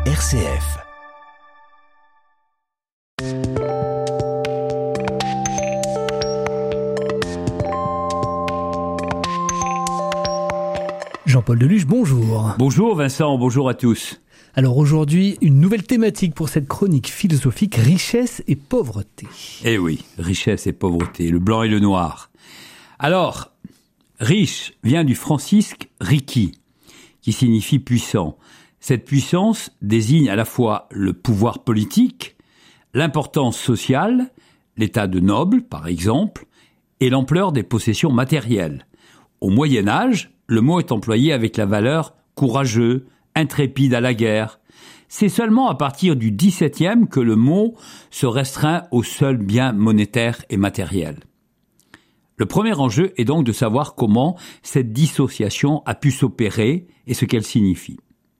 RCF. Jean-Paul Deluche, bonjour. Bonjour Vincent, bonjour à tous. Alors aujourd'hui, une nouvelle thématique pour cette chronique philosophique, richesse et pauvreté. Eh oui, richesse et pauvreté, le blanc et le noir. Alors, riche vient du francisque riqui, qui signifie puissant. Cette puissance désigne à la fois le pouvoir politique, l'importance sociale, l'état de noble par exemple, et l'ampleur des possessions matérielles. Au Moyen-Âge, le mot est employé avec la valeur courageux, intrépide à la guerre. C'est seulement à partir du XVIIe que le mot se restreint aux seuls biens monétaires et matériels. Le premier enjeu est donc de savoir comment cette dissociation a pu s'opérer et ce qu'elle signifie.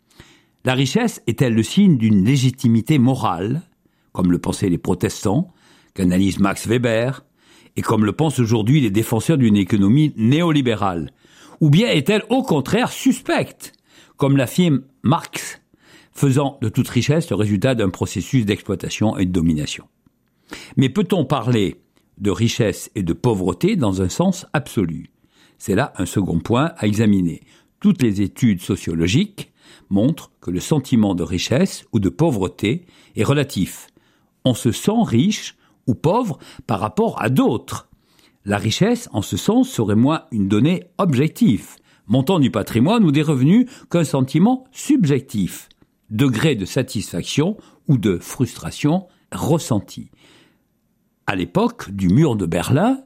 La richesse est-elle le signe d'une légitimité morale, comme le pensaient les protestants, qu'analyse Max Weber, et comme le pensent aujourd'hui les défenseurs d'une économie néolibérale? Ou bien est-elle au contraire suspecte, comme l'affirme Marx, faisant de toute richesse le résultat d'un processus d'exploitation et de domination? Mais peut-on parler de richesse et de pauvreté dans un sens absolu? C'est là un second point à examiner. Toutes les études sociologiques montrent que le sentiment de richesse ou de pauvreté est relatif. On se sent riche ou pauvre par rapport à d'autres. La richesse, en ce sens, serait moins une donnée objective, montant du patrimoine ou des revenus, qu'un sentiment subjectif, degré de satisfaction ou de frustration ressenti. À l'époque du mur de Berlin,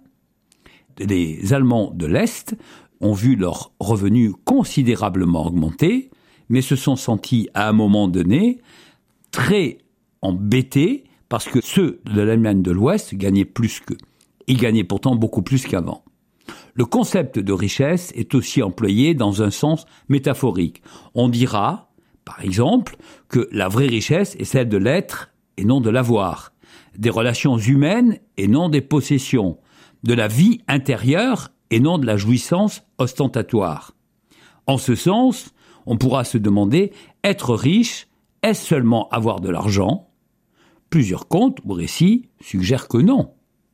les Allemands de l'Est ont vu leurs revenus considérablement augmenter, mais se sont sentis à un moment donné très embêtés parce que ceux de l'Allemagne de l'Ouest gagnaient plus qu'eux. Ils gagnaient pourtant beaucoup plus qu'avant. Le concept de richesse est aussi employé dans un sens métaphorique. On dira, par exemple, que la vraie richesse est celle de l'être et non de l'avoir, des relations humaines et non des possessions, de la vie intérieure et non de la jouissance ostentatoire. En ce sens, on pourra se demander, être riche, est-ce seulement avoir de l'argent? Plusieurs contes ou récits suggèrent que non.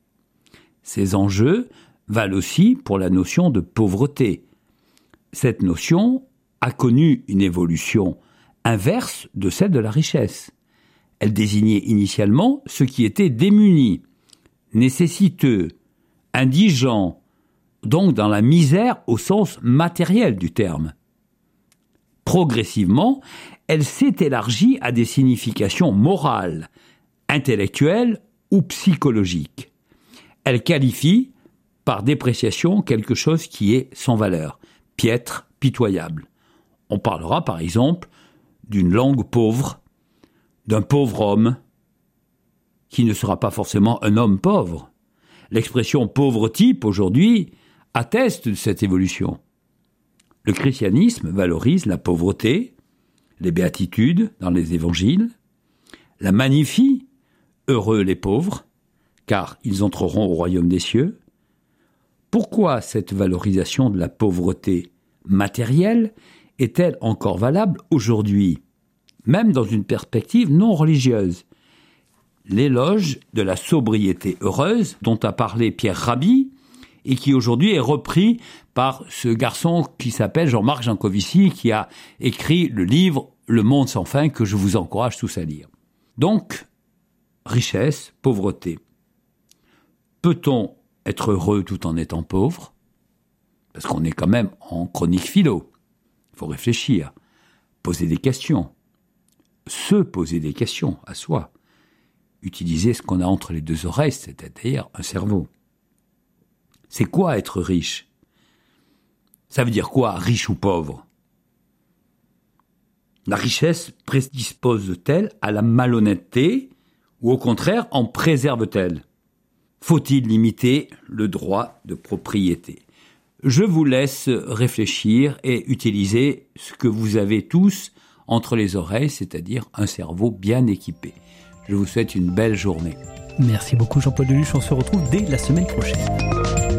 Ces enjeux valent aussi pour la notion de pauvreté. Cette notion a connu une évolution inverse de celle de la richesse. Elle désignait initialement ceux qui étaient démunis, nécessiteux, indigents, donc dans la misère au sens matériel du terme. Progressivement, elle s'est élargie à des significations morales, intellectuelles ou psychologiques. Elle qualifie par dépréciation quelque chose qui est sans valeur, piètre, pitoyable. On parlera par exemple d'une langue pauvre, d'un pauvre homme, qui ne sera pas forcément un homme pauvre. L'expression pauvre type aujourd'hui atteste de cette évolution. Le christianisme valorise la pauvreté, les béatitudes dans les évangiles, la magnifie, heureux les pauvres, car ils entreront au royaume des cieux. Pourquoi cette valorisation de la pauvreté matérielle est-elle encore valable aujourd'hui, même dans une perspective non religieuse? L'éloge de la sobriété heureuse dont a parlé Pierre Rabhi et qui aujourd'hui est repris par ce garçon qui s'appelle Jean-Marc Jancovici, qui a écrit le livre « Le monde sans fin » que je vous encourage tous à lire. Donc, richesse, pauvreté. Peut-on être heureux tout en étant pauvre? Parce qu'on est quand même en chronique philo. Il faut réfléchir, poser des questions, se poser des questions à soi, utiliser ce qu'on a entre les deux oreilles, c'est-à-dire un cerveau. C'est quoi être riche? Ça veut dire quoi, riche ou pauvre? La richesse prédispose-t-elle à la malhonnêteté ou au contraire en préserve-t-elle? Faut-il limiter le droit de propriété? Je vous laisse réfléchir et utiliser ce que vous avez tous entre les oreilles, c'est-à-dire un cerveau bien équipé. Je vous souhaite une belle journée. Merci beaucoup Jean-Paul Deluche, on se retrouve dès la semaine prochaine.